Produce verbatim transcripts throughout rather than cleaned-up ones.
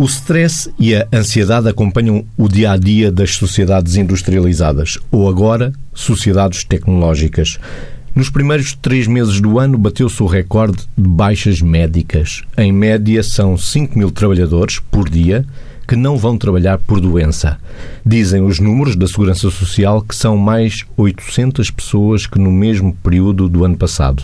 stress e a ansiedade acompanham o dia-a-dia das sociedades industrializadas, ou agora, sociedades tecnológicas. Nos primeiros três meses do ano bateu-se o recorde de baixas médicas. Em média, são cinco mil trabalhadores por dia que não vão trabalhar por doença. Dizem os números da Segurança Social que são mais oitocentas pessoas que no mesmo período do ano passado.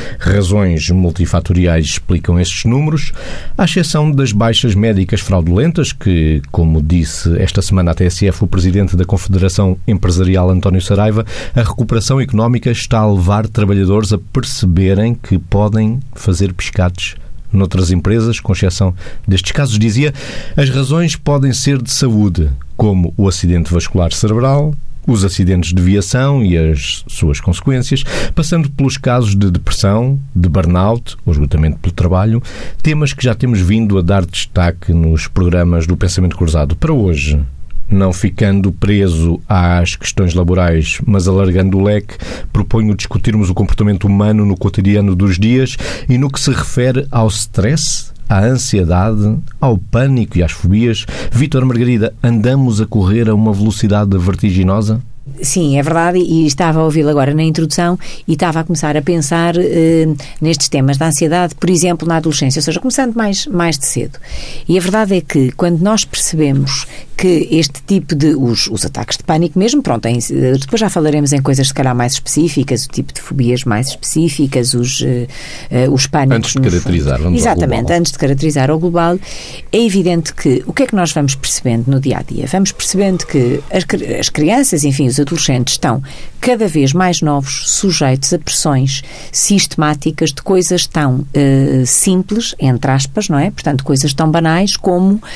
Razões multifatoriais explicam estes números, à exceção das baixas médicas fraudulentas, que, como disse esta semana à T S F o presidente da Confederação Empresarial, António Saraiva, a recuperação económica está a levar trabalhadores a perceberem que podem fazer pescados noutras empresas, com exceção destes casos. Dizia, as razões podem ser de saúde, como o acidente vascular cerebral, os acidentes de viação e as suas consequências, passando pelos casos de depressão, de burnout, o esgotamento pelo trabalho, temas que já temos vindo a dar destaque nos programas do Pensamento Cruzado. Para hoje, não ficando preso às questões laborais, mas alargando o leque, proponho discutirmos o comportamento humano no cotidiano dos dias e no que se refere ao stress, à ansiedade, ao pânico e às fobias. Vítor, Margarida, andamos a correr a uma velocidade vertiginosa? Sim, é verdade, e estava a ouvi-lo agora na introdução e estava a começar a pensar eh, nestes temas da ansiedade, por exemplo, na adolescência, ou seja, começando mais, mais de cedo. E a verdade é que, quando nós percebemos que este tipo de, os, os ataques de pânico mesmo, pronto, em, depois já falaremos em coisas se calhar mais específicas, o tipo de fobias mais específicas, os, uh, uh, os pânicos. Antes de caracterizar, vamos Exatamente, ao global. Antes de caracterizar ao global, é evidente que, o que é que nós vamos percebendo no dia-a-dia? Vamos percebendo que as, as crianças, enfim, os adolescentes estão cada vez mais novos, sujeitos a pressões sistemáticas de coisas tão uh, simples, entre aspas, não é? Portanto, coisas tão banais como uh,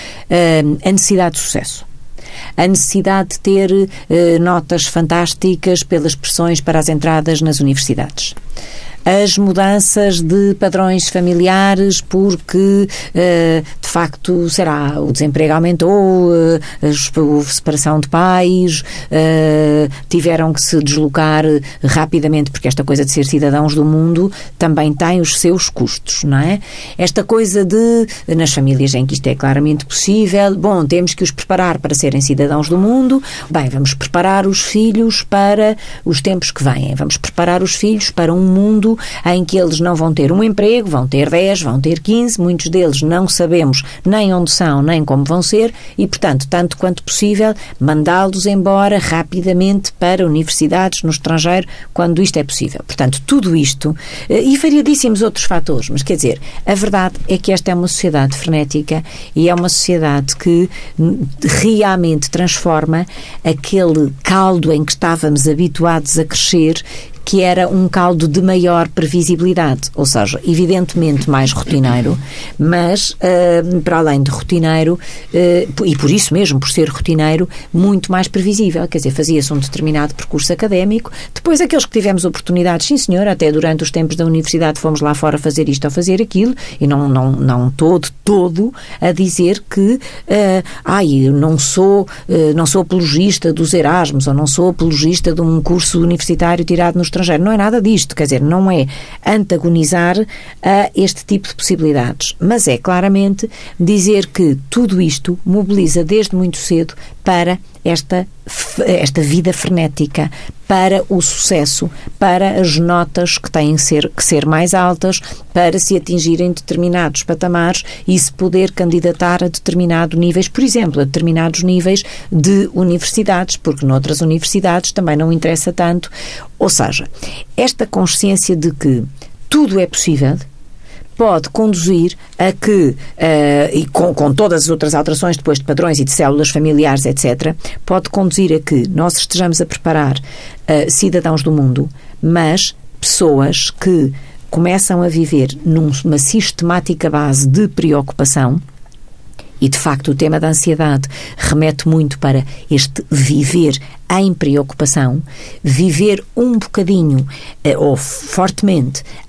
a necessidade de sucesso. A necessidade de ter uh, notas fantásticas pelas pressões para as entradas nas universidades. As mudanças de padrões familiares porque, de facto, será, o desemprego aumentou, houve separação de pais, tiveram que se deslocar rapidamente, porque esta coisa de ser cidadãos do mundo também tem os seus custos, não é? Esta coisa de, nas famílias em que isto é claramente possível, bom, temos que os preparar para serem cidadãos do mundo, bem, vamos preparar os filhos para os tempos que vêm, vamos preparar os filhos para um mundo em que eles não vão ter um emprego, vão ter dez, vão ter quinze, muitos deles não sabemos nem onde são, nem como vão ser e, portanto, tanto quanto possível, mandá-los embora rapidamente para universidades no estrangeiro, quando isto é possível. Portanto, tudo isto, e variadíssimos outros fatores, mas quer dizer, a verdade é que esta é uma sociedade frenética e é uma sociedade que realmente transforma aquele caldo em que estávamos habituados a crescer, que era um caldo de maior previsibilidade, ou seja, evidentemente mais rotineiro, mas, uh, para além de rotineiro, uh, e por isso mesmo, por ser rotineiro, muito mais previsível, quer dizer, fazia-se um determinado percurso académico, depois aqueles que tivemos oportunidades, sim senhor, até durante os tempos da universidade fomos lá fora fazer isto ou fazer aquilo, e não, não, não todo, todo a dizer que, uh, ai, eu não sou, uh, não sou apologista dos Erasmus, ou não sou apologista de um curso universitário tirado nos estrangeiro. Não é nada disto, quer dizer, não é antagonizar a este tipo de possibilidades, mas é claramente dizer que tudo isto mobiliza desde muito cedo para esta, esta vida frenética, para o sucesso, para as notas que têm ser, que ser mais altas, para se atingirem determinados patamares e se poder candidatar a determinados níveis, por exemplo, a determinados níveis de universidades, porque noutras universidades também não interessa tanto. Ou seja, esta consciência de que tudo é possível pode conduzir a que, uh, e com, com todas as outras alterações depois de padrões e de células familiares, etcétera, pode conduzir a que nós estejamos a preparar uh, cidadãos do mundo, mas pessoas que começam a viver numa sistemática base de preocupação. E, de facto, o tema da ansiedade remete muito para este viver em preocupação, viver um bocadinho, ou fortemente,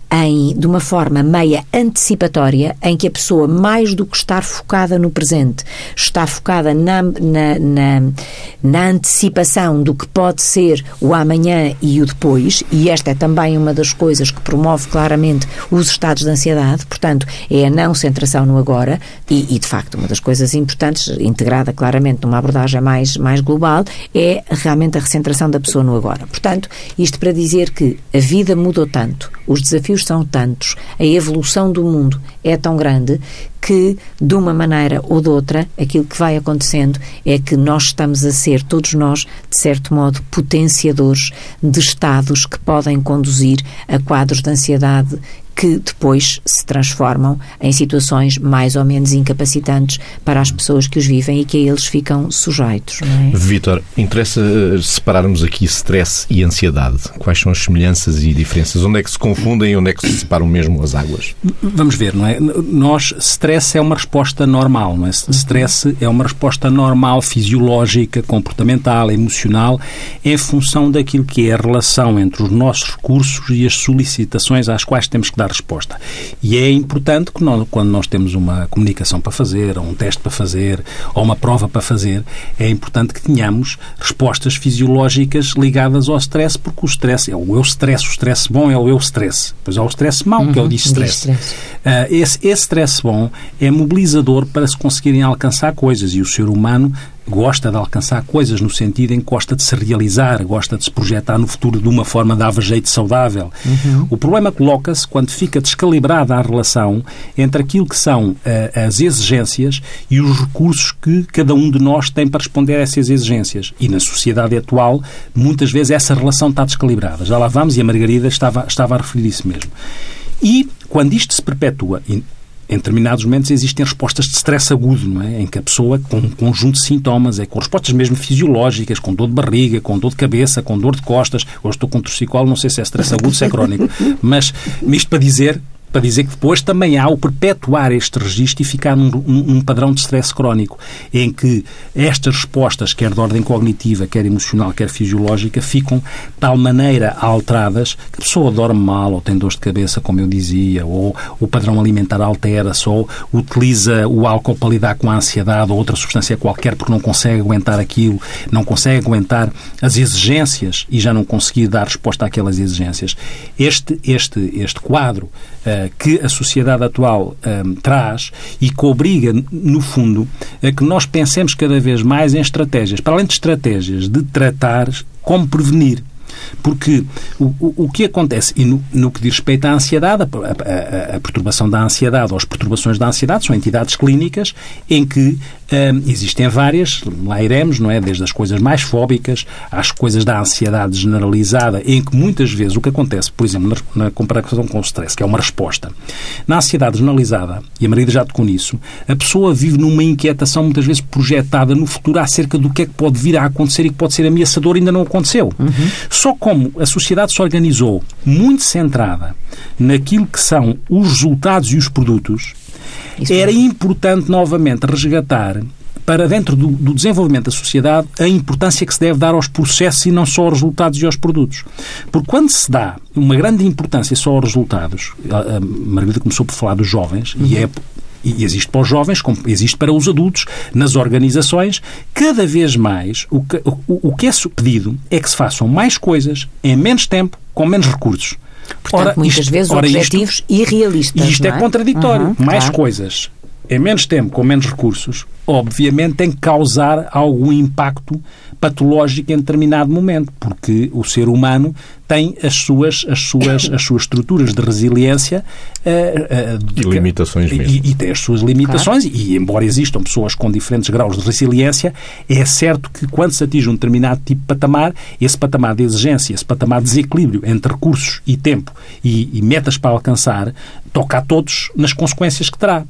em, de uma forma meia antecipatória, em que a pessoa, mais do que estar focada no presente, está focada na, na, na, na antecipação do que pode ser o amanhã e o depois, e esta é também uma das coisas que promove claramente os estados de ansiedade, portanto, é a não centração no agora, e, e de facto, uma das coisas importantes, integrada claramente numa abordagem mais, mais global, é realmente a recentração da pessoa no agora. Portanto, isto para dizer que a vida mudou tanto, os desafios são tantos, a evolução do mundo é tão grande que, de uma maneira ou de outra, aquilo que vai acontecendo é que nós estamos a ser, todos nós, de certo modo, potenciadores de estados que podem conduzir a quadros de ansiedade que depois se transformam em situações mais ou menos incapacitantes para as pessoas que os vivem e que a eles ficam sujeitos. Não é? Vítor, interessa separarmos aqui stress e ansiedade. Quais são as semelhanças e diferenças? Onde é que se confundem e onde é que se separam mesmo as águas? Vamos ver, não é? Nós, stress é uma resposta normal, não é? Stress é uma resposta normal, fisiológica, comportamental, emocional, em função daquilo que é a relação entre os nossos recursos e as solicitações às quais temos que dar resposta. E é importante que nós, quando nós temos uma comunicação para fazer, ou um teste para fazer, ou uma prova para fazer, é importante que tenhamos respostas fisiológicas ligadas ao stress, porque o stress é o eu stress, o stress bom é o eu stress. Depois há o stress mau, uhum, que é o distress. Uh, esse, esse stress bom é mobilizador para se conseguirem alcançar coisas, e o ser humano gosta de alcançar coisas no sentido em que gosta de se realizar, gosta de se projetar no futuro de uma forma de dava jeito saudável. Uhum. O problema coloca-se quando fica descalibrada a relação entre aquilo que são uh, as exigências e os recursos que cada um de nós tem para responder a essas exigências. E na sociedade atual, muitas vezes essa relação está descalibrada. Já lá vamos, e a Margarida estava, estava a referir isso mesmo. E quando isto se perpetua, em determinados momentos existem respostas de stress agudo, não é? Em que a pessoa, com um conjunto de sintomas, é com respostas mesmo fisiológicas, com dor de barriga, com dor de cabeça, com dor de costas. Hoje estou com torcicolo, não sei se é stress agudo ou se é crónico. Mas isto para dizer... para dizer que depois também há o perpetuar este registro e ficar num, num, num padrão de stress crónico, em que estas respostas, quer de ordem cognitiva, quer emocional, quer fisiológica, ficam de tal maneira alteradas que a pessoa dorme mal, ou tem dor de cabeça, como eu dizia, ou o padrão alimentar altera-se, ou utiliza o álcool para lidar com a ansiedade ou outra substância qualquer porque não consegue aguentar aquilo, não consegue aguentar as exigências e já não conseguir dar resposta àquelas exigências. Este, este, este quadro que a sociedade atual um, traz e que obriga, no fundo, a que nós pensemos cada vez mais em estratégias, para além de estratégias de tratar, como prevenir. Porque o, o, o que acontece, e no, no que diz respeito à ansiedade, a, a, a perturbação da ansiedade ou as perturbações da ansiedade são entidades clínicas em que hum, existem várias, lá iremos, não é? Desde as coisas mais fóbicas às coisas da ansiedade generalizada, em que muitas vezes o que acontece, por exemplo, na, na comparação com o stress, que é uma resposta, na ansiedade generalizada, e a Maria já tocou nisso, a pessoa vive numa inquietação muitas vezes projetada no futuro acerca do que é que pode vir a acontecer e que pode ser ameaçador e ainda não aconteceu. Uhum. Só como a sociedade se organizou muito centrada naquilo que são os resultados e os produtos, isso era mesmo. Importante novamente resgatar para dentro do, do desenvolvimento da sociedade a importância que se deve dar aos processos e não só aos resultados e aos produtos. Porque quando se dá uma grande importância só aos resultados, a, a Margarida começou por falar dos jovens, uhum. e é e existe para os jovens, como existe para os adultos, nas organizações, cada vez mais o que, o, o que é pedido é que se façam mais coisas em menos tempo, com menos recursos. Portanto, ora, muitas isto, vezes ora, objetivos isto, irrealistas. E isto não é, é contraditório. Uhum, mais claro. coisas em menos tempo, com menos recursos, obviamente tem que causar algum impacto patológico em determinado momento, porque o ser humano tem as suas, as suas, as suas estruturas de resiliência uh, uh, e limitações mesmo. E, e tem as suas limitações, claro. E embora existam pessoas com diferentes graus de resiliência, é certo que quando se atinge um determinado tipo de patamar, esse patamar de exigência, esse patamar de desequilíbrio entre recursos e tempo e, e metas para alcançar, toca a todos nas consequências que terá.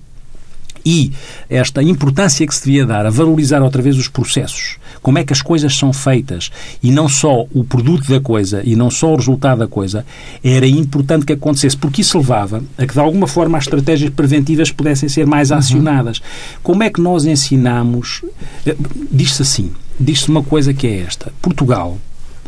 E esta importância que se devia dar a valorizar outra vez os processos, como é que as coisas são feitas, e não só o produto da coisa, e não só o resultado da coisa, era importante que acontecesse, porque isso levava a que, de alguma forma, as estratégias preventivas pudessem ser mais acionadas. Uhum. Como é que nós ensinamos... Diz-se assim, diz-se uma coisa que é esta. Portugal,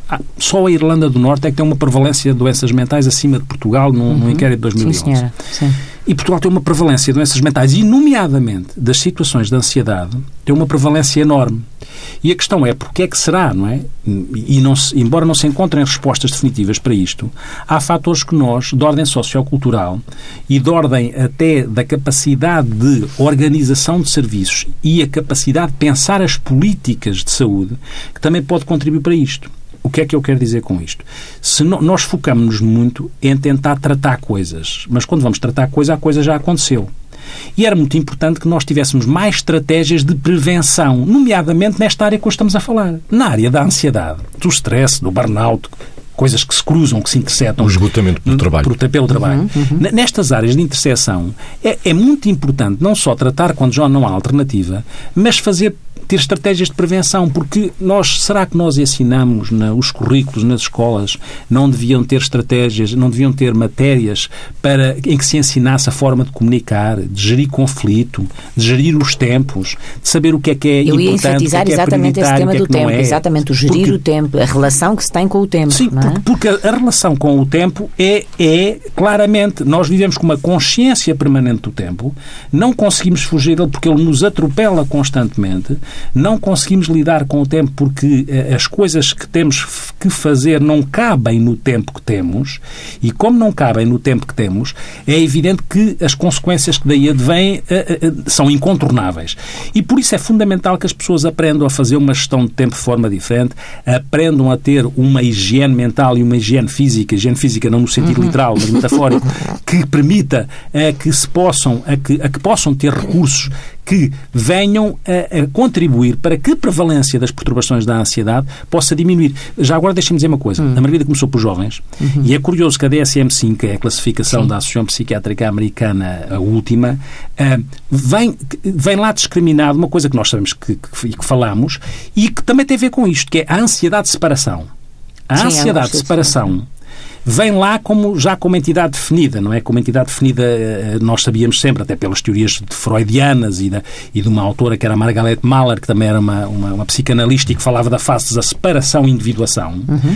Ah, só a Irlanda do Norte é que tem uma prevalência de doenças mentais acima de Portugal no, uhum. no inquérito de dois mil e onze. Sim, senhora. Sim. E Portugal tem uma prevalência de doenças mentais, e nomeadamente das situações de ansiedade, tem uma prevalência enorme. E a questão é, porque é que será, não é? E não se, embora não se encontrem respostas definitivas para isto, há fatores que nós, de ordem sociocultural e de ordem até da capacidade de organização de serviços e a capacidade de pensar as políticas de saúde, que também pode contribuir para isto. O que é que eu quero dizer com isto? Se no, nós focamos-nos muito em tentar tratar coisas, mas quando vamos tratar coisa, a coisa já aconteceu. E era muito importante que nós tivéssemos mais estratégias de prevenção, nomeadamente nesta área que hoje estamos a falar. Na área da ansiedade, do stress, do burnout, coisas que se cruzam, que se interceptam. O esgotamento pelo trabalho. Por, pelo trabalho. Uhum, uhum. Nestas áreas de interseção, é, é muito importante não só tratar quando já não há alternativa, mas fazer ter estratégias de prevenção, porque nós, será que nós ensinamos na, os currículos nas escolas, não deviam ter estratégias, não deviam ter matérias para, em que se ensinasse a forma de comunicar, de gerir conflito, de gerir os tempos, de saber o que é que é Eu importante, ia enfatizar o que é exatamente esse tema que é do que não tempo, é. exatamente, o gerir Porque, o tempo, a relação que se tem com o tempo. Sim, não é? porque, porque a relação com o tempo é, é, claramente, nós vivemos com uma consciência permanente do tempo, não conseguimos fugir dele porque ele nos atropela constantemente, não conseguimos lidar com o tempo porque eh, as coisas que temos que fazer não cabem no tempo que temos, e como não cabem no tempo que temos, é evidente que as consequências que daí advêm eh, eh, são incontornáveis. E por isso é fundamental que as pessoas aprendam a fazer uma gestão de tempo de forma diferente, aprendam a ter uma higiene mental e uma higiene física, higiene física não no sentido uhum. literal, mas metafórico, que permita a que se possam, a que, a que possam ter recursos que venham a, a contribuir para que a prevalência das perturbações da ansiedade possa diminuir. Já agora deixem-me dizer uma coisa. Uhum. A Margarida começou por jovens, uhum. e é curioso que a D S M cinco, que é a classificação Sim. da Associação Psiquiátrica Americana, a última, uh, vem, vem lá discriminado uma coisa que nós sabemos que, que, que falamos e que também tem a ver com isto, que é a ansiedade de separação. A Sim, ansiedade de separação vem lá como, já como entidade definida, não é? Como entidade definida, nós sabíamos sempre, até pelas teorias freudianas e, da, e de uma autora que era a Margaret Mahler, que também era uma, uma, uma psicanalista e que falava da fase da separação e individuação. Uhum.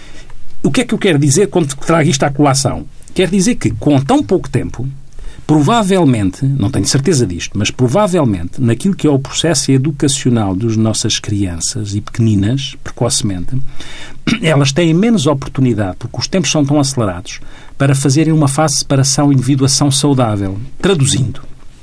O que é que eu quero dizer quando trago isto à colação? Quer dizer que, com tão pouco tempo, provavelmente, não tenho certeza disto, mas provavelmente, naquilo que é o processo educacional das nossas crianças e pequeninas, precocemente, elas têm menos oportunidade, porque os tempos são tão acelerados, para fazerem uma fase de separação e individuação saudável. Traduzindo,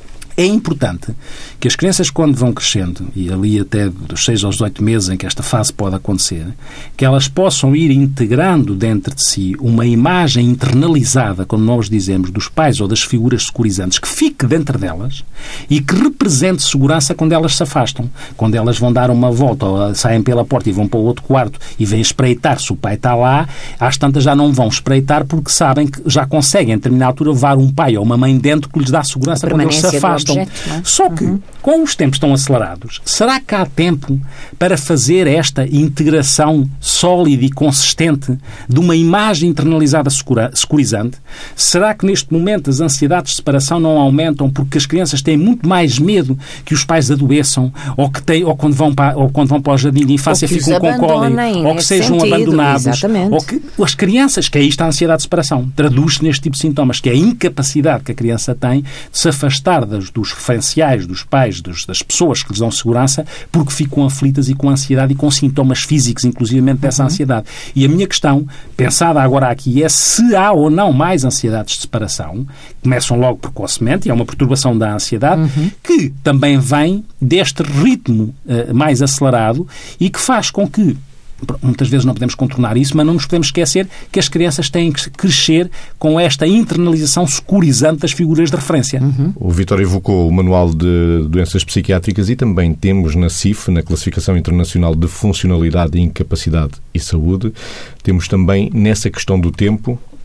é importante que as crianças, quando vão crescendo, e ali até dos seis aos oito meses em que esta fase pode acontecer, que elas possam ir integrando dentro de si uma imagem internalizada, como nós dizemos, dos pais ou das figuras securizantes, que fique dentro delas e que represente segurança quando elas se afastam. Quando elas vão dar uma volta ou saem pela porta e vão para o outro quarto e vêm espreitar se o pai está lá, às tantas já não vão espreitar porque sabem que já conseguem, a determinada altura, levar um pai ou uma mãe dentro que lhes dá segurança quando eles se afastam. Objeto, é? Só que, uhum. com os tempos tão acelerados, será que há tempo para fazer esta integração sólida e consistente de uma imagem internalizada securizante? Será que neste momento as ansiedades de separação não aumentam porque as crianças têm muito mais medo que os pais adoeçam ou, que têm, ou, quando, vão para, ou quando vão para o jardim de infância ficam com cólico, ou que sejam sentido, abandonados, exatamente. Ou que as crianças, que é isto a ansiedade de separação, traduz-se neste tipo de sintomas, que é a incapacidade que a criança tem de se afastar das dos referenciais, dos pais, dos, das pessoas que lhes dão segurança, porque ficam aflitas e com ansiedade e com sintomas físicos, inclusivamente, dessa uhum. ansiedade. E a minha questão, pensada agora aqui, é se há ou não mais ansiedades de separação, começam logo precocemente, e é uma perturbação da ansiedade, uhum. que também vem deste ritmo uh, mais acelerado e que faz com que muitas vezes não podemos contornar isso, mas não nos podemos esquecer que as crianças têm que crescer com esta internalização securizante das figuras de referência. Uhum. O Vítor evocou o Manual de Doenças Psiquiátricas e também temos na C I F, na Classificação Internacional de Funcionalidade, Incapacidade e Saúde, temos também nessa questão do tempo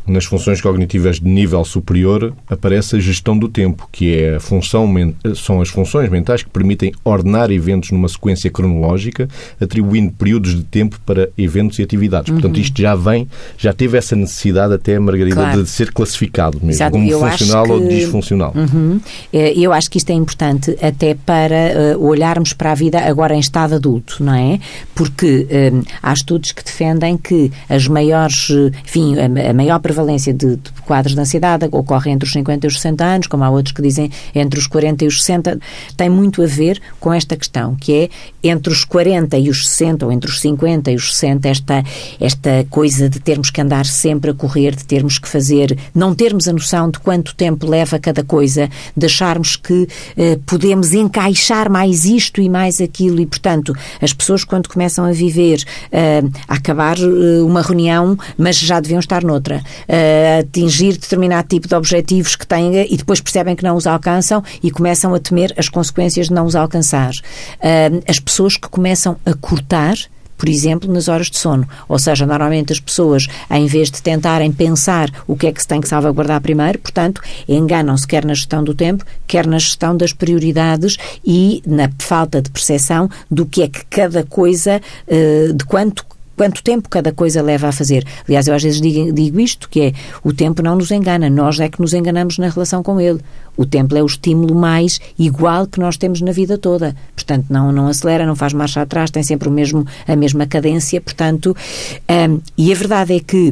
nas funções cognitivas de nível superior, aparece a gestão do tempo, que é a função, são as funções mentais que permitem ordenar eventos numa sequência cronológica, atribuindo períodos de tempo para eventos e atividades. Uhum. Portanto, isto já vem, já teve essa necessidade até, Margarida, claro, de ser classificado mesmo, Exato. como eu funcional que... ou disfuncional. Uhum. Eu acho que isto é importante até para uh, olharmos para a vida agora em estado adulto, não é? Porque um, há estudos que defendem que as maiores, enfim, a, a maior prevalência de, de quadros de ansiedade ocorre entre os cinquenta e os sessenta anos, como há outros que dizem entre os quarenta e os sessenta, tem muito a ver com esta questão, que é entre os quarenta e os sessenta, ou entre os cinquenta e os sessenta, esta, esta coisa de termos que andar sempre a correr, de termos que fazer, não termos a noção de quanto tempo leva cada coisa, de acharmos que eh, podemos encaixar mais isto e mais aquilo, e, portanto, as pessoas quando começam a viver, eh, a acabar eh, uma reunião, mas já deviam estar noutra, eh, atingir determinado tipo de objetivos que têm e depois percebem que não os alcançam e começam a temer as consequências de não os alcançar. Uh, as pessoas que começam a cortar, por exemplo, nas horas de sono. Ou seja, normalmente as pessoas, em vez de tentarem pensar o que é que se tem que salvaguardar primeiro, portanto, enganam-se quer na gestão do tempo, quer na gestão das prioridades e na falta de percepção do que é que cada coisa, uh, de quanto quanto tempo cada coisa leva a fazer. Aliás, eu às vezes digo, digo isto, que é, o tempo não nos engana, nós é que nos enganamos na relação com ele. O tempo é o estímulo mais igual que nós temos na vida toda. Portanto, não, não acelera, não faz marcha atrás, tem sempre o mesmo, a mesma cadência, portanto, um, e a verdade é que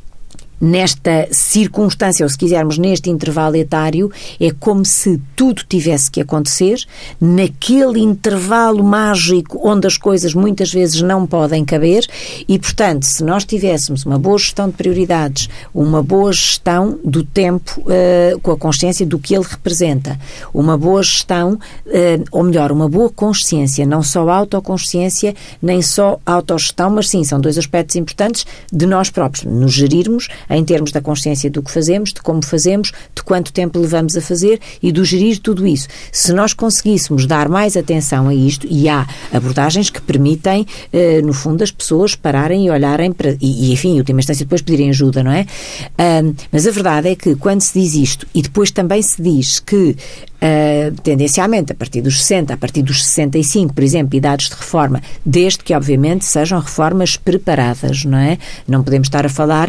nesta circunstância, ou se quisermos, neste intervalo etário, é como se tudo tivesse que acontecer naquele intervalo mágico onde as coisas muitas vezes não podem caber e, portanto, se nós tivéssemos uma boa gestão de prioridades, uma boa gestão do tempo uh, com a consciência do que ele representa, uma boa gestão, uh, ou melhor, uma boa consciência, não só autoconsciência, nem só autogestão, mas sim, são dois aspectos importantes de nós próprios, nos gerirmos em termos da consciência do que fazemos, de como fazemos, de quanto tempo levamos a fazer e do gerir tudo isso. Se nós conseguíssemos dar mais atenção a isto, e há abordagens que permitem, eh, no fundo, as pessoas pararem e olharem para... E, e enfim, em última instância, depois pedirem ajuda, não é? Um, mas a verdade é que, quando se diz isto, e depois também se diz que Uh, tendencialmente, a partir dos sessenta, a partir dos sessenta e cinco, por exemplo, idades de reforma, desde que, obviamente, sejam reformas preparadas, não é? Não podemos estar a falar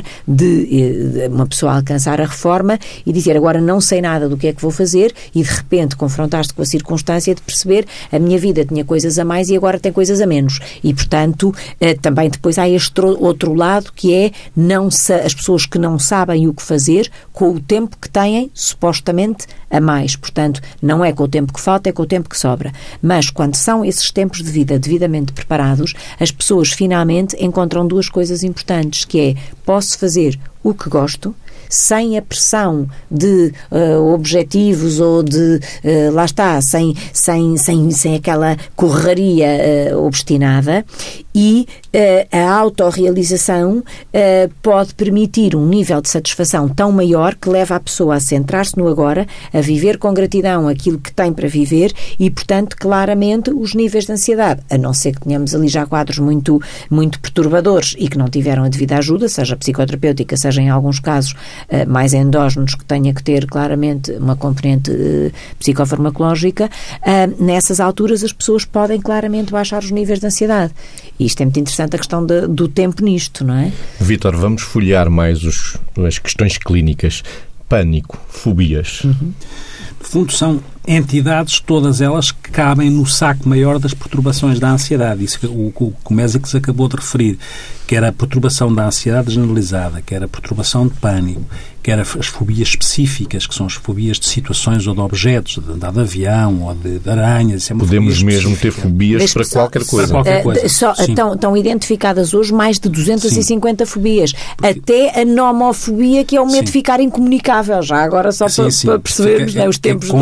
de, de uma pessoa alcançar a reforma e dizer agora não sei nada do que é que vou fazer e, de repente, confrontar-se com a circunstância de perceber a minha vida tinha coisas a mais e agora tem coisas a menos. E, portanto, uh, também depois há este outro lado que é não as pessoas que não sabem o que fazer com o tempo que têm, supostamente, a mais. Portanto, não é com o tempo que falta, é com o tempo que sobra. Mas, quando são esses tempos de vida devidamente preparados, as pessoas finalmente encontram duas coisas importantes, que é, posso fazer o que gosto, sem a pressão de uh, objetivos ou de, uh, lá está, sem, sem, sem, sem aquela correria uh, obstinada, e uh, a autorrealização uh, pode permitir um nível de satisfação tão maior que leva a pessoa a centrar-se no agora, a viver com gratidão aquilo que tem para viver e, portanto, claramente os níveis de ansiedade, a não ser que tenhamos ali já quadros muito, muito perturbadores e que não tiveram a devida ajuda, seja psicoterapêutica, seja em alguns casos Uh, mais endógenos, que tenha que ter claramente uma componente uh, psicofarmacológica, uh, nessas alturas as pessoas podem claramente baixar os níveis de ansiedade. E isto é muito interessante, a questão de, do tempo nisto, não é? Vítor, vamos folhear mais os, as questões clínicas. Pânico, fobias. Uhum. No fundo, são entidades, todas elas, que cabem no saco maior das perturbações da ansiedade. Isso que o, o, o Mésicles acabou de referir, que era a perturbação da ansiedade generalizada, que era a perturbação de pânico, que era as fobias específicas, que são as fobias de situações ou de objetos, de andar de avião ou de, de aranhas. É uma Podemos mesmo ter fobias Deixa para, só, qualquer coisa. para qualquer coisa. Uh, só, estão, estão identificadas hoje mais de duzentas e cinquenta sim. fobias. Porque... Até a nomofobia, que é o medo sim. de ficar incomunicável. Já agora, só sim, para, sim. para percebermos é, né, os tempos é, com os tempos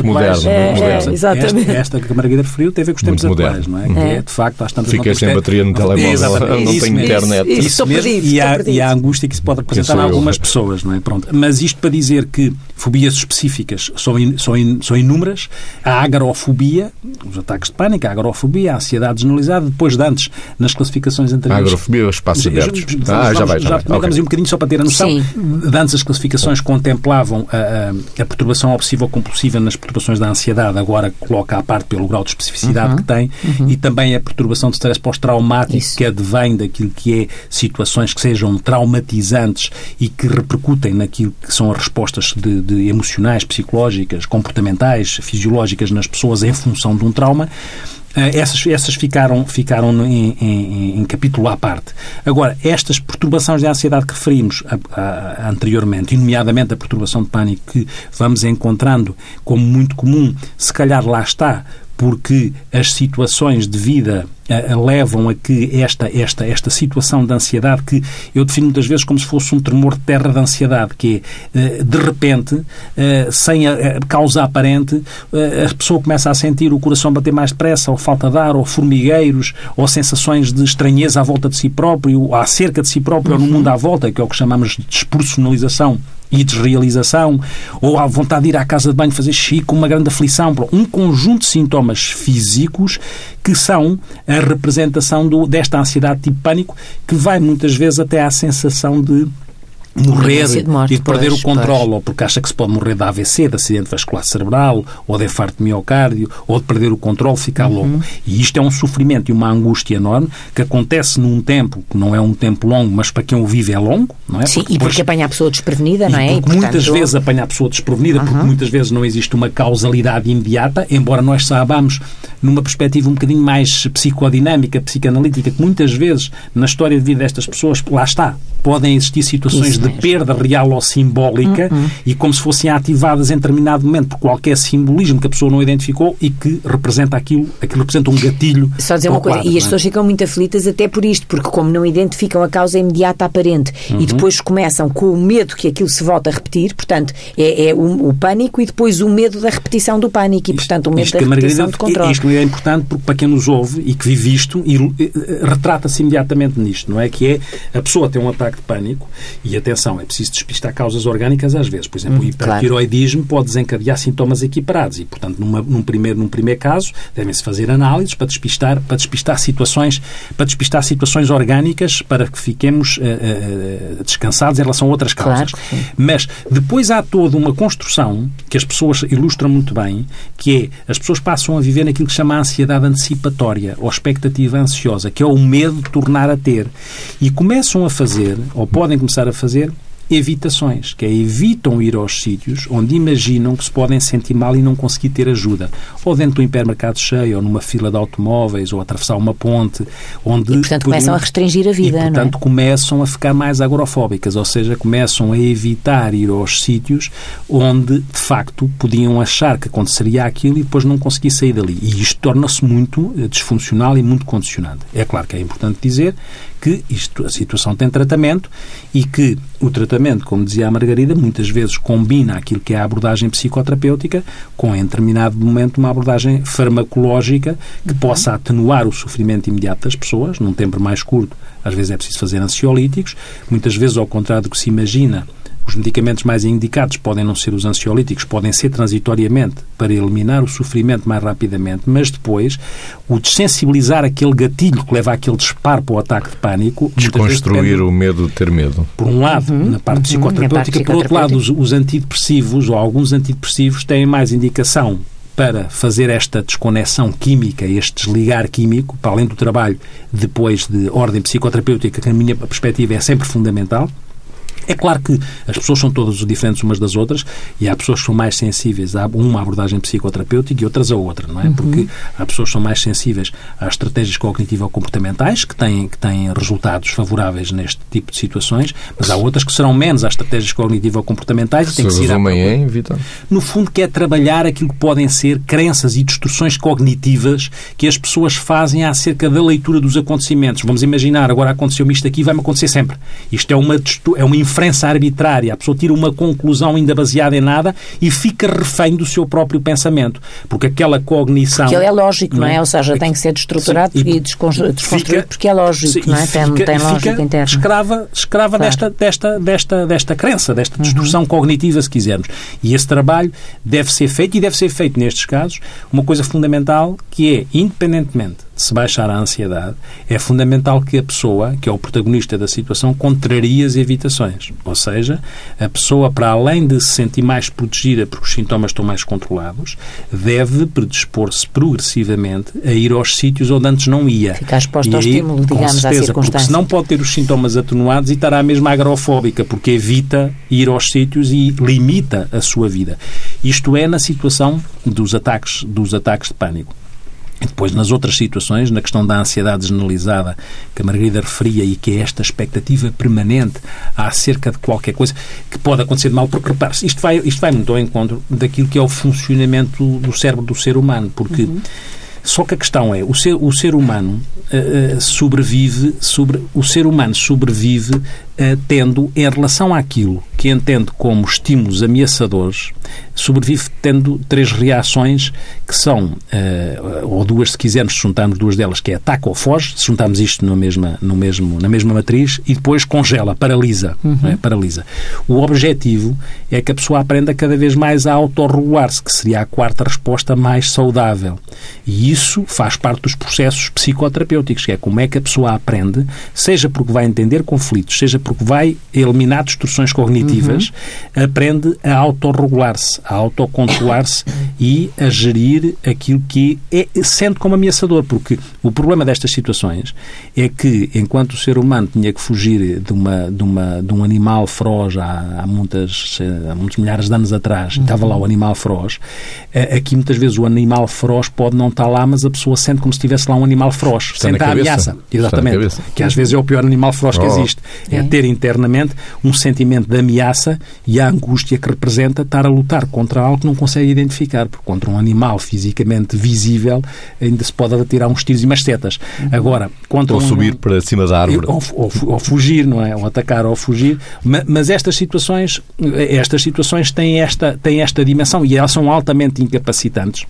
moderno, é, muito moderno. É, exatamente. Esta, esta que a Margarida referiu tem a ver com os tempos muito atuais, moderno. não é? é. Que é, de facto, às tantas Fiquei sem bateria no telemóvel, não isso tenho mesmo. internet. Isso, Isso estou mesmo, perdido, e, estou há, perdido. e há a angústia que isso pode representar em algumas eu. pessoas, não é? Pronto. Mas isto para dizer que fobias específicas são, in, são, in, são inúmeras. A agorafobia, os ataques de pânico, a agorafobia, a ansiedade generalizada, depois de antes, nas classificações anteriores... A agorafobia, os espaços abertos. Vamos, Ah, já vai, já, já vai. comentamos Okay. um bocadinho só para ter a noção. Sim. De antes as classificações contemplavam a, a, a perturbação obsessiva-compulsiva nas perturbações da ansiedade, agora coloca à parte pelo grau de especificidade uhum. que tem, uhum. e também a perturbação de stress pós-traumático, Isso. que advém daquilo que é situações que sejam traumatizantes e que repercutem naquilo que são as respostas de, de emocionais, psicológicas, comportamentais, fisiológicas nas pessoas em função de um trauma. Essas, essas ficaram, ficaram em, em, em capítulo à parte. Agora, estas perturbações de ansiedade que referimos a, a, a anteriormente, e nomeadamente a perturbação de pânico que vamos encontrando como muito comum, se calhar lá está, porque as situações de vida uh, levam a que esta, esta, esta situação de ansiedade, que eu defino muitas vezes como se fosse um tremor de terra de ansiedade, que é, uh, de repente, uh, sem a, a causa aparente, uh, a pessoa começa a sentir o coração bater mais depressa, ou falta de ar, ou formigueiros, ou sensações de estranheza à volta de si próprio, acerca de si próprio, uhum. ou no mundo à volta, que é o que chamamos de despersonalização e desrealização, ou a vontade de ir à casa de banho fazer xixi com uma grande aflição. Um conjunto de sintomas físicos que são a representação do, desta ansiedade tipo pânico, que vai muitas vezes até à sensação de morrer de morte, e de perder pois, o controle, pois. ou porque acha que se pode morrer de A V C, de acidente vascular cerebral, ou de infarto de miocárdio, ou de perder o controle, ficar uhum. louco. E isto é um sofrimento e uma angústia enorme que acontece num tempo que não é um tempo longo, mas para quem o vive é longo, não é? Sim, porque e porque depois... apanha a pessoa desprevenida, não é? Porque e, portanto... muitas vezes apanha a pessoa desprevenida, uhum. porque muitas vezes não existe uma causalidade imediata, embora nós saibamos, numa perspectiva um bocadinho mais psicodinâmica, psicanalítica, que muitas vezes na história de vida destas pessoas, lá está, podem existir situações de perda real ou simbólica uhum. e como se fossem ativadas em determinado momento por qualquer simbolismo que a pessoa não identificou e que representa aquilo, aquilo representa um gatilho. Só dizer uma coisa, quadro, e as pessoas ficam muito aflitas até por isto, porque como não identificam a causa imediata aparente uhum. e depois começam com o medo que aquilo se volta a repetir, portanto, é, é o, o pânico e depois o medo da repetição do pânico e, portanto, o medo isto da repetição de controle. Isto é importante porque para quem nos ouve e que vive isto, e, e, retrata-se imediatamente nisto, não é? Que é a pessoa tem um ataque de pânico e, atenção, é preciso despistar causas orgânicas às vezes. Por exemplo, hum, o hipertiroidismo claro. pode desencadear sintomas equiparados e, portanto, numa, num, primeiro, num primeiro caso, devem-se fazer análises para despistar, para despistar situações, para despistar situações orgânicas para que fiquemos uh, uh, descansados em relação a outras causas. Claro, mas depois há toda uma construção que as pessoas ilustram muito bem, que é, as pessoas passam a viver naquilo que se chama a ansiedade antecipatória ou expectativa ansiosa, que é o medo de tornar a ter. E começam a fazer, ou podem começar a fazer, evitações, que é evitam ir aos sítios onde imaginam que se podem sentir mal e não conseguir ter ajuda. Ou dentro de um hipermercado cheio, ou numa fila de automóveis, ou atravessar uma ponte, onde... E, portanto, podiam... começam a restringir a vida, e, portanto, não é? começam a ficar mais agorafóbicas, ou seja, começam a evitar ir aos sítios onde, de facto, podiam achar que aconteceria aquilo e depois não conseguir sair dali. E isto torna-se muito disfuncional e muito condicionante. É claro que é importante dizer que isto, a situação tem tratamento e que o tratamento, como dizia a Margarida, muitas vezes combina aquilo que é a abordagem psicoterapêutica com, em determinado momento, uma abordagem farmacológica que uhum. possa atenuar o sofrimento imediato das pessoas, num tempo mais curto. Às vezes é preciso fazer ansiolíticos, muitas vezes, ao contrário do que se imagina, os medicamentos mais indicados podem não ser os ansiolíticos, podem ser transitoriamente para eliminar o sofrimento mais rapidamente, mas depois o desensibilizar aquele gatilho que leva àquele disparo para o ataque de pânico... Desconstruir o medo de ter medo. Por um lado, uhum, na parte uhum, psicoterapêutica, parte por outro lado, os, os antidepressivos ou alguns antidepressivos têm mais indicação para fazer esta desconexão química, este desligar químico, para além do trabalho depois de ordem psicoterapêutica, que, na minha perspectiva, é sempre fundamental. É claro que as pessoas são todas diferentes umas das outras e há pessoas que são mais sensíveis a uma abordagem psicoterapêutica e outras a outra, não é? Uhum. Porque há pessoas que são mais sensíveis às estratégias cognitivo-comportamentais que têm, que têm resultados favoráveis neste tipo de situações, mas há outras que serão menos às estratégias cognitivo-comportamentais e têm que se ir à procura. No fundo, que é trabalhar aquilo que podem ser crenças e distorções cognitivas que as pessoas fazem acerca da leitura dos acontecimentos. Vamos imaginar, agora aconteceu-me isto aqui, vai-me acontecer sempre. Isto é uma, é uma inferência arbitrária, a pessoa tira uma conclusão ainda baseada em nada e fica refém do seu próprio pensamento, porque aquela cognição... Porque ele é lógico, não é? Não é? Ou seja, tem que ser destruturado sim, e, e desconstruído fica, porque é lógico, sim, não é? Tem, fica, tem lógica fica interna. Escrava, escrava claro. desta, desta, desta, desta crença, desta destrução uhum. cognitiva, se quisermos. E esse trabalho deve ser feito, e deve ser feito nestes casos, uma coisa fundamental que é, independentemente de se baixar a ansiedade, é fundamental que a pessoa, que é o protagonista da situação, contrarie as evitações. Ou seja, a pessoa, para além de se sentir mais protegida porque os sintomas estão mais controlados, deve predispor-se progressivamente a ir aos sítios onde antes não ia. Ficar exposto ao estímulo, digamos, certeza, à circunstância. Porque senão pode ter os sintomas atenuados e estará mesmo agrofóbica, porque evita ir aos sítios e limita a sua vida. Isto é na situação dos ataques, dos ataques de pânico. E depois, nas outras situações, na questão da ansiedade generalizada que a Margarida referia e que é esta expectativa permanente acerca de qualquer coisa que pode acontecer de mal, porque, repare-se, isto vai, isto vai muito ao encontro daquilo que é o funcionamento do cérebro do ser humano, porque uhum. só que a questão é, o ser, o ser humano uh, sobrevive, sobre, o ser humano sobrevive uh, tendo, em relação àquilo que entende como estímulos ameaçadores, sobrevive tendo três reações que são, uh, ou duas, se quisermos, se juntarmos duas delas, que é ataque ou foge, se juntarmos isto no mesma, no mesmo, na mesma matriz, e depois congela, paralisa. Uhum. Não é? Paralisa. O objetivo é que a pessoa aprenda cada vez mais a autorregular-se, que seria a quarta resposta mais saudável. E isso faz parte dos processos psicoterapêuticos, que é como é que a pessoa aprende, seja porque vai entender conflitos, seja porque vai eliminar distorções cognitivas, uhum. aprende a autorregular-se, a autocontrolar-se e a gerir aquilo que é, sente como ameaçador, porque o problema destas situações é que, enquanto o ser humano tinha que fugir de, uma, de, uma, de um animal feroz há, há, muitas, há muitos milhares de anos atrás, uhum. estava lá o animal feroz, aqui muitas vezes o animal feroz pode não estar lá, mas a pessoa sente como se estivesse lá um animal feroz, está sente a ameaça. Exatamente. Que às vezes é o pior animal feroz oh. que existe. É, é ter internamente um sentimento de ameaça e a angústia que representa estar a lutar contra algo que não consegue identificar, porque contra um animal fisicamente visível ainda se pode atirar uns tiros e umas setas. Agora, contra ou um, subir para cima da árvore. Ou, ou, ou fugir, não é? Ou atacar ou fugir. Mas, mas estas situações, estas situações têm esta, têm esta dimensão e elas são altamente incapacitantes.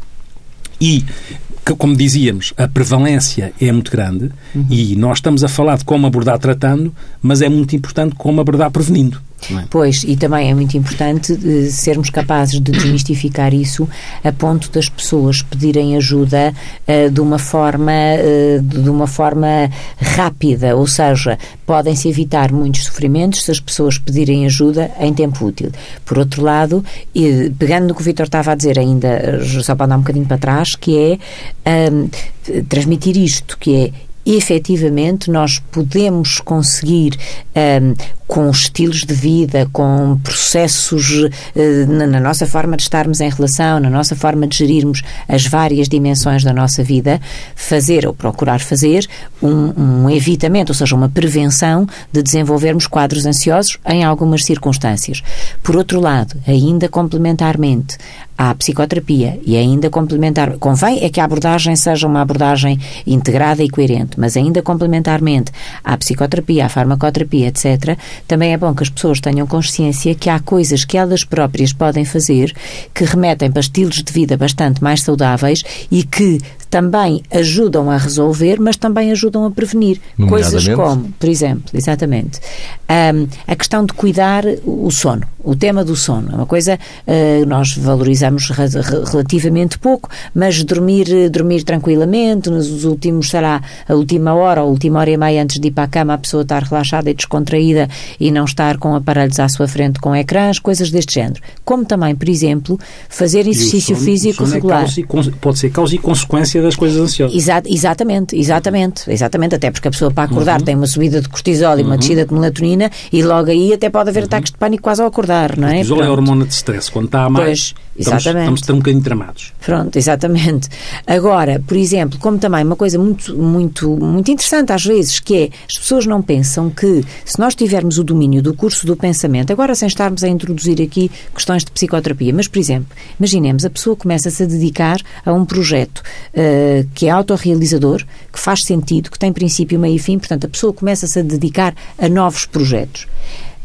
E, como dizíamos, a prevalência é muito grande uhum. e nós estamos a falar de como abordar tratando, mas é muito importante como abordar prevenindo. É? Pois, e também é muito importante de sermos capazes de desmistificar isso a ponto das pessoas pedirem ajuda uh, de uma forma uh, de uma forma rápida, ou seja, podem-se evitar muitos sofrimentos se as pessoas pedirem ajuda em tempo útil. Por outro lado, e, pegando no que o Vítor estava a dizer ainda, só para andar um bocadinho para trás, que é um, transmitir isto, que é efetivamente nós podemos conseguir um, com estilos de vida, com processos uh, na, na nossa forma de estarmos em relação, na nossa forma de gerirmos as várias dimensões da nossa vida, fazer ou procurar fazer um, um evitamento, ou seja, uma prevenção de desenvolvermos quadros ansiosos em algumas circunstâncias. Por outro lado, ainda complementarmente à psicoterapia e ainda complementar, convém é que a abordagem seja uma abordagem integrada e coerente, mas ainda complementarmente à psicoterapia, à farmacoterapia, etcétera, também é bom que as pessoas tenham consciência que há coisas que elas próprias podem fazer que remetem para estilos de vida bastante mais saudáveis e que também ajudam a resolver, mas também ajudam a prevenir. Coisas como, por exemplo, exatamente, um, a questão de cuidar o sono, o tema do sono. É uma coisa uh, nós valorizamos re relativamente pouco, mas dormir, dormir tranquilamente, nos últimos, será a última hora ou a última hora e meia antes de ir para a cama, a pessoa estar relaxada e descontraída e não estar com aparelhos à sua frente com ecrãs, coisas deste género. Como também, por exemplo, fazer exercício sono, físico regular. É causa e, pode ser causa e consequência das coisas ansiosas. Exa exatamente, exatamente, exatamente, até porque a pessoa para acordar uhum. tem uma subida de cortisol e uma uhum. descida de melatonina e logo aí até pode haver uhum. ataques de pânico quase ao acordar, não é? O cortisol Pronto. é a hormona de stress, quando está a mais, pois, estamos, estamos a ter um bocadinho tramados. Pronto, exatamente. Agora, por exemplo, como também uma coisa muito, muito, muito interessante às vezes, que é, as pessoas não pensam que se nós tivermos o domínio do curso do pensamento, agora sem estarmos a introduzir aqui questões de psicoterapia, mas, por exemplo, imaginemos, a pessoa começa-se a dedicar a um projeto uh, que é autorrealizador, que faz sentido, que tem princípio, meio e fim, portanto, a pessoa começa-se a dedicar a novos projetos.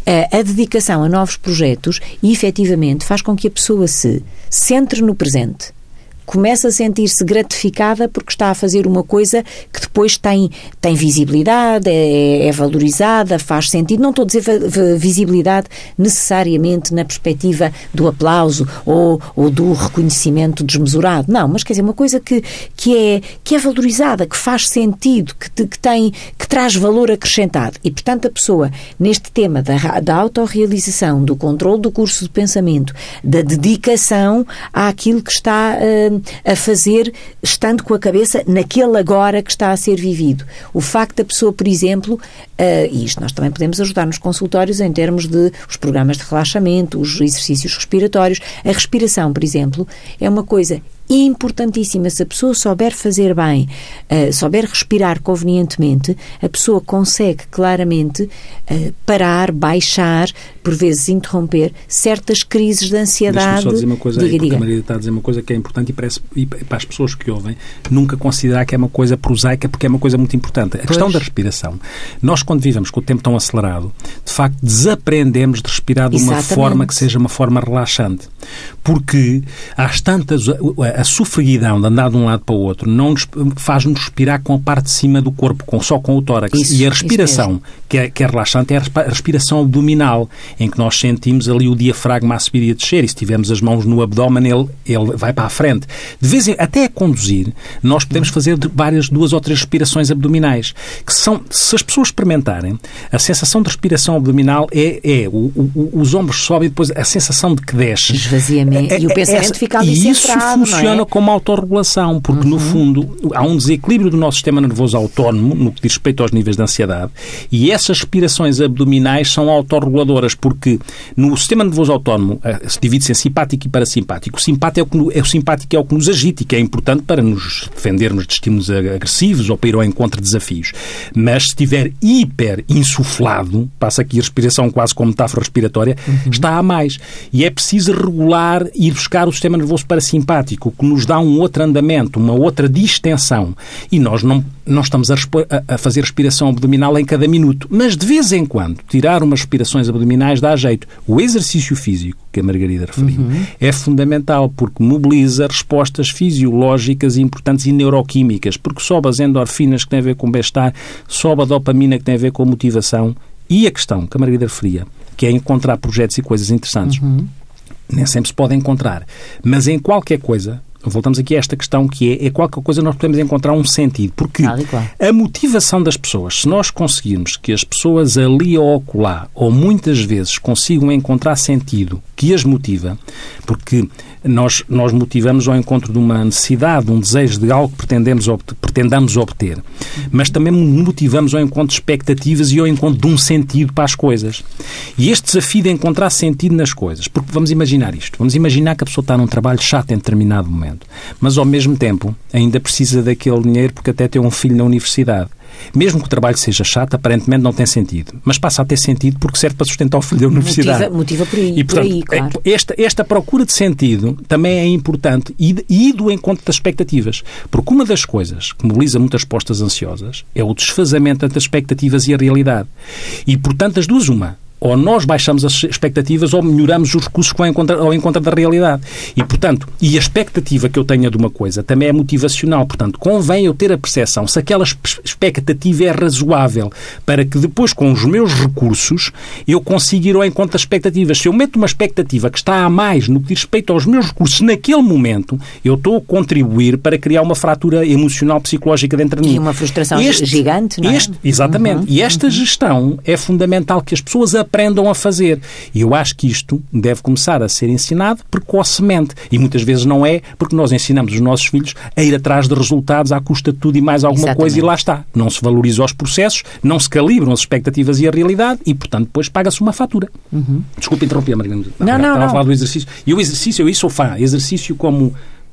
a, a dedicação a novos projetos, efetivamente, faz com que a pessoa se centre no presente. Começa a sentir-se gratificada porque está a fazer uma coisa que depois tem, tem visibilidade, é, é valorizada, faz sentido. Não estou a dizer visibilidade necessariamente na perspectiva do aplauso ou, ou do reconhecimento desmesurado. Não, mas quer dizer, uma coisa que, que, é, que é valorizada, que faz sentido, que, que, tem, que traz valor acrescentado. E, portanto, a pessoa, neste tema da, da autorrealização, do controle do curso de pensamento, da dedicação àquilo que está uh, a fazer, estando com a cabeça naquele agora que está a ser vivido. O facto da pessoa, por exemplo, uh, e isto nós também podemos ajudar nos consultórios em termos de os programas de relaxamento, os exercícios respiratórios. A respiração, por exemplo, é uma coisa importantíssima. Se a pessoa souber fazer bem, uh, souber respirar convenientemente, a pessoa consegue claramente uh, parar, baixar, por vezes interromper certas crises de ansiedade. Deixa-me só dizer uma coisa diga, aí, porque diga. a Maria está a dizer uma coisa que é importante e, parece, e para as pessoas que ouvem, nunca considerar que é uma coisa prosaica, porque é uma coisa muito importante. A Pois. questão da respiração. Nós, quando vivemos com o tempo tão acelerado, de facto, desaprendemos de respirar de uma Exatamente. forma que seja uma forma relaxante. Porque, às tantas, a, a sofreguidão de andar de um lado para o outro não nos, faz-nos respirar com a parte de cima do corpo, com, só com o tórax. Isso, e a respiração, que é, que é relaxante, é a respiração abdominal, em que nós sentimos ali o diafragma a subir e a descer, e se tivermos as mãos no abdômen, ele, ele vai para a frente. De vez em, até a conduzir, nós podemos fazer várias, duas ou três respirações abdominais, que são, se as pessoas experimentarem, a sensação de respiração abdominal é, é o, o, os ombros sobem e depois a sensação de que desce. Esvaziamento. E o pensamento Essa, fica ali e centrado, isso funciona não é? como autorregulação, porque, uhum. no fundo, há um desequilíbrio do nosso sistema nervoso autónomo, no que diz respeito aos níveis de ansiedade, e essas respirações abdominais são autorreguladoras, porque no sistema nervoso autónomo se divide-se em simpático e parasimpático. O simpático é o, que, é o simpático é o que nos agita e que é importante para nos defendermos de estímulos agressivos ou para ir ao encontro de desafios. Mas se estiver hiper insuflado, passa aqui a respiração quase como metáfora respiratória, uhum. está a mais. E é preciso regular e ir buscar o sistema nervoso parasimpático, que nos dá um outro andamento, uma outra distensão. E nós não, não estamos a, a fazer respiração abdominal em cada minuto. Mas, de vez em quando, tirar umas respirações abdominais dá jeito. O exercício físico, que a Margarida referiu, uhum. é fundamental, porque mobiliza respostas fisiológicas importantes e neuroquímicas, porque sobe as endorfinas, que têm a ver com bem-estar, sobe a dopamina, que tem a ver com motivação. E a questão que a Margarida referia, que é encontrar projetos e coisas interessantes, uhum. nem sempre se pode encontrar. Mas em qualquer coisa, voltamos aqui a esta questão que é, é qualquer coisa nós podemos encontrar um sentido. Porque ah, claro. a motivação das pessoas, se nós conseguirmos que as pessoas ali ou acolá, ou muitas vezes consigam encontrar sentido que as motiva, porque nós, nós motivamos ao encontro de uma necessidade, de um desejo de algo que pretendemos obter, pretendamos obter, mas também motivamos ao encontro de expectativas e ao encontro de um sentido para as coisas. E este desafio de encontrar sentido nas coisas, porque vamos imaginar isto, vamos imaginar que a pessoa está num trabalho chato em determinado momento, mas ao mesmo tempo ainda precisa daquele dinheiro porque até tem um filho na universidade. Mesmo que o trabalho seja chato, aparentemente não tem sentido. Mas passa a ter sentido porque serve para sustentar o filho da universidade. Motiva, motiva por aí, e, portanto, por aí, claro. Esta, esta procura de sentido também é importante e, e do encontro das expectativas. Porque uma das coisas que mobiliza muitas respostas ansiosas é o desfazamento entre as expectativas e a realidade. E, portanto, as duas, uma. Ou nós baixamos as expectativas ou melhoramos os recursos que vão ao encontro da realidade. E, portanto, e a expectativa que eu tenha de uma coisa também é motivacional. Portanto, convém eu ter a percepção se aquela expectativa é razoável para que depois, com os meus recursos, eu consiga ir ao encontro das expectativas. Se eu meto uma expectativa que está a mais no que diz respeito aos meus recursos naquele momento, eu estou a contribuir para criar uma fratura emocional, psicológica dentro de mim. E uma frustração este, gigante, não é? Este, exatamente. Uhum, e esta uhum. gestão é fundamental que as pessoas aprendam a fazer. E eu acho que isto deve começar a ser ensinado precocemente. E muitas vezes não é, porque nós ensinamos os nossos filhos a ir atrás de resultados à custa de tudo e mais alguma Exatamente. coisa e lá está. Não se valorizam os processos, não se calibram as expectativas e a realidade e, portanto, depois paga-se uma fatura. Uhum. Desculpe interromper, Margarida. Não, não, Estava não. a falar do exercício. E o exercício, eu isso sou fã. Exercício como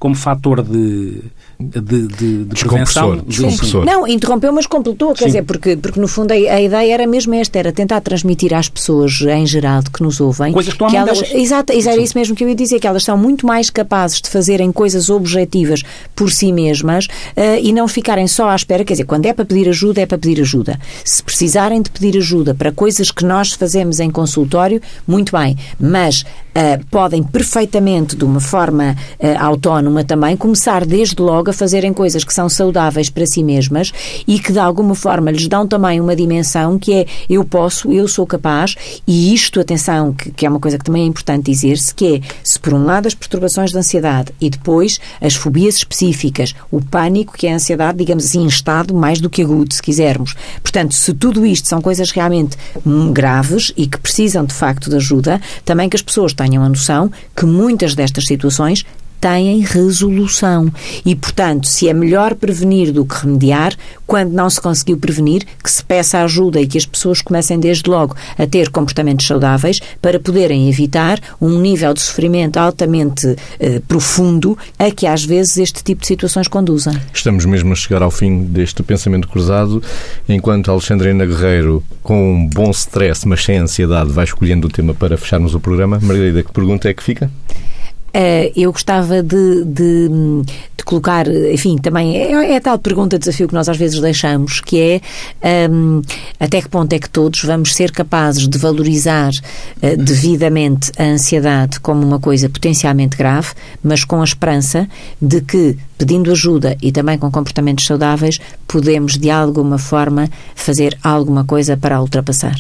como fator de... de, de, de prevenção. Descompressor. Não, interrompeu, mas completou, quer Sim. dizer, porque, porque no fundo a, a ideia era mesmo esta, era tentar transmitir às pessoas em geral que nos ouvem coisas que estão à que mão elas, delas. exato, era isso mesmo que eu ia dizer, que elas são muito mais capazes de fazerem coisas objetivas por si mesmas uh, e não ficarem só à espera, quer dizer, quando é para pedir ajuda, é para pedir ajuda. Se precisarem de pedir ajuda para coisas que nós fazemos em consultório, muito bem, mas uh, podem perfeitamente, de uma forma uh, autónoma também, começar desde logo a fazerem coisas que são saudáveis para si mesmas e que de alguma forma lhes dão também uma dimensão que é eu posso, eu sou capaz, e isto, atenção, que, que é uma coisa que também é importante dizer-se, que é, se por um lado as perturbações de ansiedade e depois as fobias específicas, o pânico, que é a ansiedade, digamos assim, em estado mais do que agudo, se quisermos. Portanto, se tudo isto são coisas realmente hum, graves e que precisam de facto de ajuda, também que as pessoas tenham a noção que muitas destas situações têm resolução. E, portanto, se é melhor prevenir do que remediar, quando não se conseguiu prevenir, que se peça ajuda e que as pessoas comecem desde logo a ter comportamentos saudáveis para poderem evitar um nível de sofrimento altamente eh, profundo a que às vezes este tipo de situações conduzem. Estamos mesmo a chegar ao fim deste pensamento cruzado, enquanto Alexandrina Guerreiro, com um bom stress, mas sem ansiedade, vai escolhendo o tema para fecharmos o programa. Margarida, que pergunta é que fica? Uh, eu gostava de, de, de colocar, enfim, também é, é a tal pergunta, desafio que nós às vezes deixamos, que é um, até que ponto é que todos vamos ser capazes de valorizar uh, devidamente a ansiedade como uma coisa potencialmente grave, mas com a esperança de que, pedindo ajuda e também com comportamentos saudáveis, podemos de alguma forma fazer alguma coisa para a ultrapassar.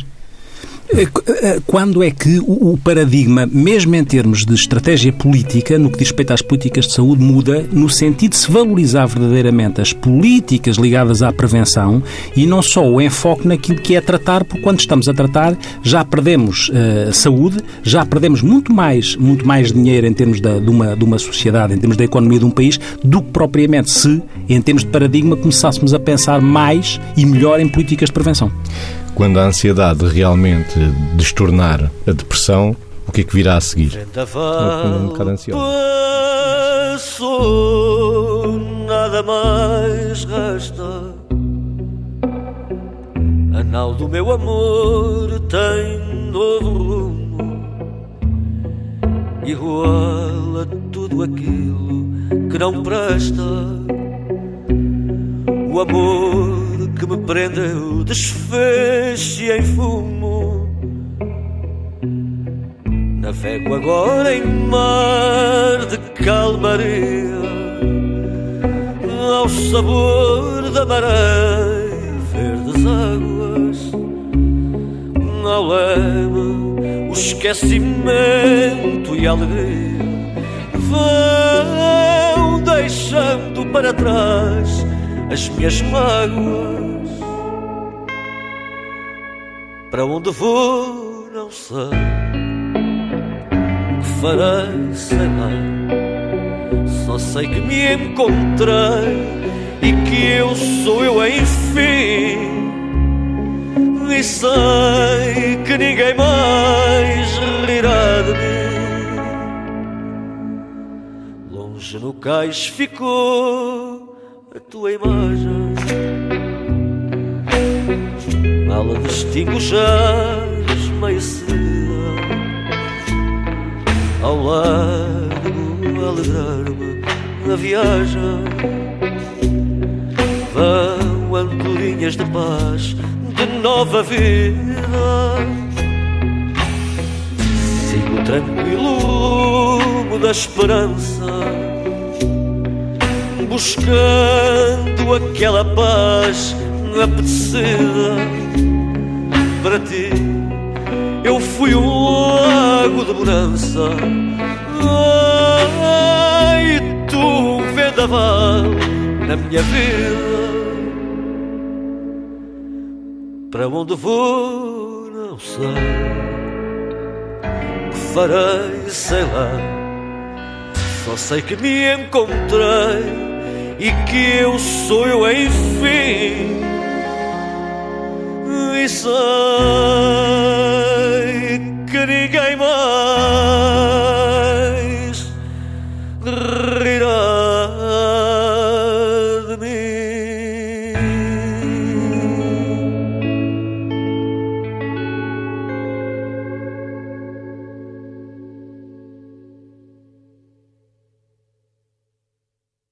Quando é que o paradigma, mesmo em termos de estratégia política, no que diz respeito às políticas de saúde, muda no sentido de se valorizar verdadeiramente as políticas ligadas à prevenção e não só o enfoque naquilo que é tratar, porque quando estamos a tratar já perdemos uh, saúde, já perdemos muito mais, muito mais dinheiro em termos da, de, uma, de uma sociedade, em termos da economia de um país, do que propriamente se, em termos de paradigma, começássemos a pensar mais e melhor em políticas de prevenção. Quando a ansiedade realmente destornar a depressão, o que é que virá a seguir? Um bocado ansioso. Passou, nada mais resta. A nau do meu amor tem novo rumo, igual a tudo aquilo que não presta. O amor que me prendeu desfez-se em fumo. Navego agora em mar de calmaria, ao sabor da maré, verdes águas, ao leme, o esquecimento e a alegria vão deixando para trás as minhas mágoas. Para onde vou não sei, o que farei sei lá. Só sei que me encontrei e que eu sou eu enfim. E sei que ninguém mais rirá de mim. Longe no cais ficou a tua imagem, mal a distingo já esmaecida. Ao largo alegrar-me na viagem, vão andorinhas de paz, de nova vida. Sigo o tranquilo rumo da esperança, buscando aquela paz apetecida. Para ti eu fui um lago de bonança, ai, e tu um vendaval na minha vida. Para onde vou não sei, o que farei sei lá. Só sei que me encontrei e que eu sou eu enfim. E sei que ninguém mais